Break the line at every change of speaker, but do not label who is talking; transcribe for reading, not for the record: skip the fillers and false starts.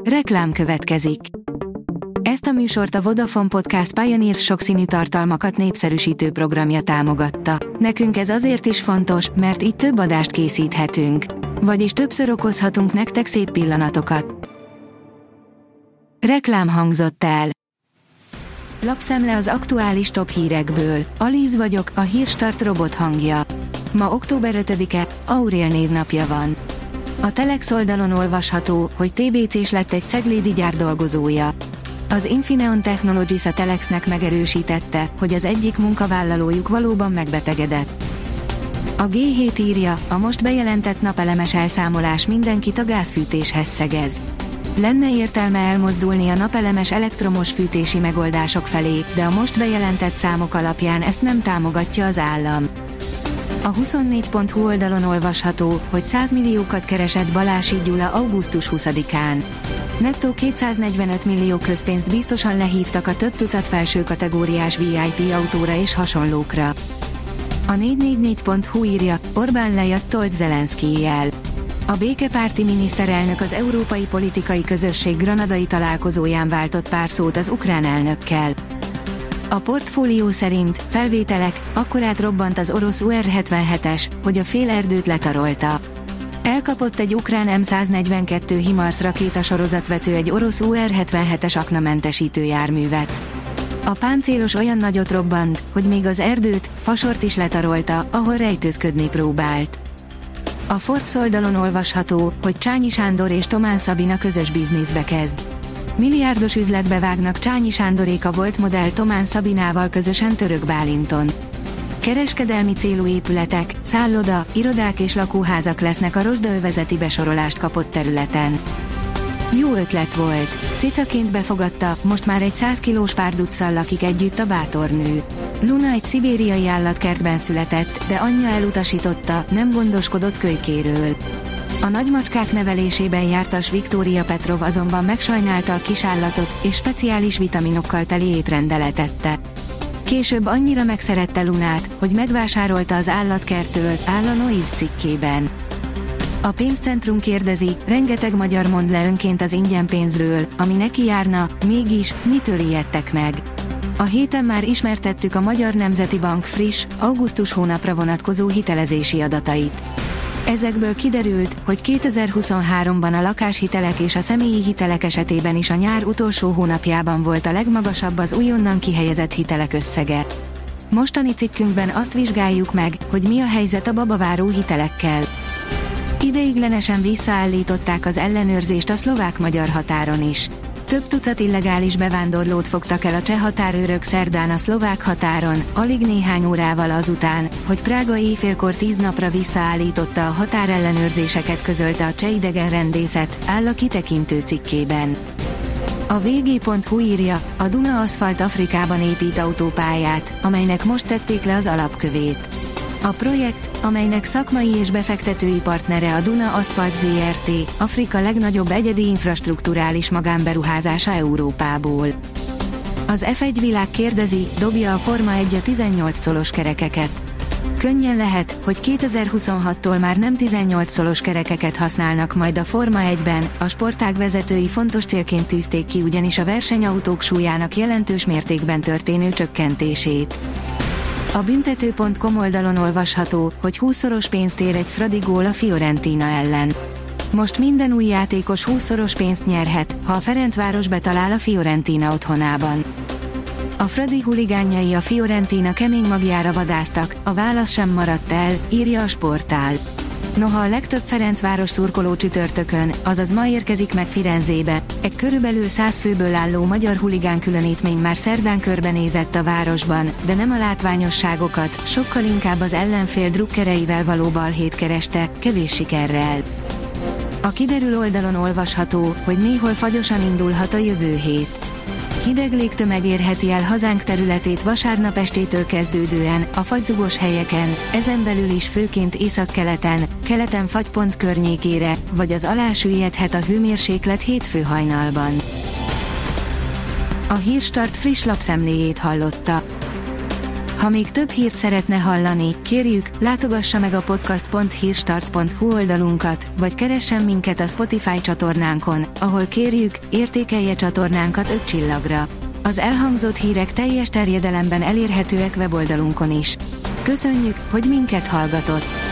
Reklám következik. Ezt a műsort a Vodafone Podcast Pioneer sokszínű tartalmakat népszerűsítő programja támogatta. Nekünk ez azért is fontos, mert így több adást készíthetünk. Vagyis többször okozhatunk nektek szép pillanatokat. Reklám hangzott el. Lapszemle az aktuális top hírekből. Alíz vagyok, a Hírstart robot hangja. Ma október 5-e, Aurél névnapja van. A Telex oldalon olvasható, hogy TBC-s lett egy ceglédi gyár dolgozója. Az Infineon Technologies a Telexnek megerősítette, hogy az egyik munkavállalójuk valóban megbetegedett. A G7 írja, a most bejelentett napelemes elszámolás mindenkit a gázfűtéshez szegez. Lenne értelme elmozdulni a napelemes elektromos fűtési megoldások felé, de a most bejelentett számok alapján ezt nem támogatja az állam. A 24.hu oldalon olvasható, hogy 100 milliókat keresett Balási Gyula augusztus 20-án. Nettó 245 millió közpénzt biztosan lehívtak a több tucat felső kategóriás VIP autóra és hasonlókra. A 444.hu írja, Orbán lejattolt Zelenszkijjel. A békepárti miniszterelnök az Európai Politikai Közösség granadai találkozóján váltott pár szót az ukrán elnökkel. A portfólió szerint felvételek, akkorát robbant az orosz UR-77-es, hogy a fél erdőt letarolta. Elkapott egy ukrán M142 HIMARS rakétasorozatvető egy orosz UR-77-es aknamentesítő járművet. A páncélos olyan nagyot robbant, hogy még az erdőt, fasort is letarolta, ahol rejtőzködni próbált. A Forbes oldalon olvasható, hogy Csányi Sándor és Tomán Szabina közös bizniszbe kezd. Milliárdos üzletbe vágnak Csányi Sándorék a volt modell Tomán Szabinával közösen Török Bálinton. Kereskedelmi célú épületek, szálloda, irodák és lakóházak lesznek a rozsdaövezeti besorolást kapott területen. Jó ötlet volt. Cicaként befogadta, most már egy 100 kilós párduccal lakik együtt a bátornő. Luna egy szibériai állatkertben született, de anyja elutasította, nem gondoskodott kölykéről. A nagymacskák nevelésében jártas Viktória Petrov azonban megsajnálta a kisállatot, és speciális vitaminokkal teli étrendele tette. Később annyira megszerette Lunát, hogy megvásárolta az állatkerttől, áll a Noise cikkében. A pénzcentrum kérdezi, rengeteg magyar mond le önként az ingyen pénzről, ami neki járna, mégis, mitől ijedtek meg? A héten már ismertettük a Magyar Nemzeti Bank friss, augusztus hónapra vonatkozó hitelezési adatait. Ezekből kiderült, hogy 2023-ban a lakáshitelek és a személyi hitelek esetében is a nyár utolsó hónapjában volt a legmagasabb az újonnan kihelyezett hitelek összege. Mostani cikkünkben azt vizsgáljuk meg, hogy mi a helyzet a babaváró hitelekkel. Ideiglenesen visszaállították az ellenőrzést a szlovák-magyar határon is. Több tucat illegális bevándorlót fogtak el a cseh határőrök szerdán a szlovák határon, alig néhány órával azután, hogy Prága éjfélkor 10 napra visszaállította a határellenőrzéseket, közölte a cseh idegenrendészet, áll a kitekintő cikkében. A vg.hu írja, a Duna Aszfalt Afrikában épít autópályát, amelynek most tették le az alapkövét. A projekt, amelynek szakmai és befektetői partnere a Duna Aszfalt Zrt., Afrika legnagyobb egyedi infrastrukturális magánberuházása Európából. Az F1 világ kérdezi, dobja a Forma 1 a 18 szolos kerekeket. Könnyen lehet, hogy 2026-tól már nem 18 szolos kerekeket használnak majd a Forma 1-ben, a sportág vezetői fontos célként tűzték ki ugyanis a versenyautók súlyának jelentős mértékben történő csökkentését. A büntető.com oldalon olvasható, hogy 20-szoros pénzt ér egy Fradi gól a Fiorentina ellen. Most minden új játékos 20-szoros pénzt nyerhet, ha a Ferencváros betalál a Fiorentina otthonában. A Fradi huligánjai a Fiorentina kemény magjára vadásztak, a válasz sem maradt el, írja a Sportál. Noha a legtöbb Ferencváros szurkoló csütörtökön, azaz ma érkezik meg Firenzébe, egy körülbelül 100 főből álló magyar huligán különítmény már szerdán körbenézett a városban, de nem a látványosságokat, sokkal inkább az ellenfél drukkereivel való balhét kereste, kevés sikerrel. A kiderül oldalon olvasható, hogy néhol fagyosan indulhat a jövő hét. Hideg légtömeg érheti el hazánk területét vasárnap estétől kezdődően, a fagyzugos helyeken, ezen belül is főként északkeleten, keleten fagypont környékére, vagy az alá süllyedhet a hőmérséklet hétfő hajnalban. A Hírstart friss lapszemléjét hallotta. Ha még több hírt szeretne hallani, kérjük, látogassa meg a podcast.hírstart.hu oldalunkat, vagy keressen minket a Spotify csatornánkon, ahol kérjük, értékelje csatornánkat 5 csillagra. Az elhangzott hírek teljes terjedelemben elérhetőek weboldalunkon is. Köszönjük, hogy minket hallgatott!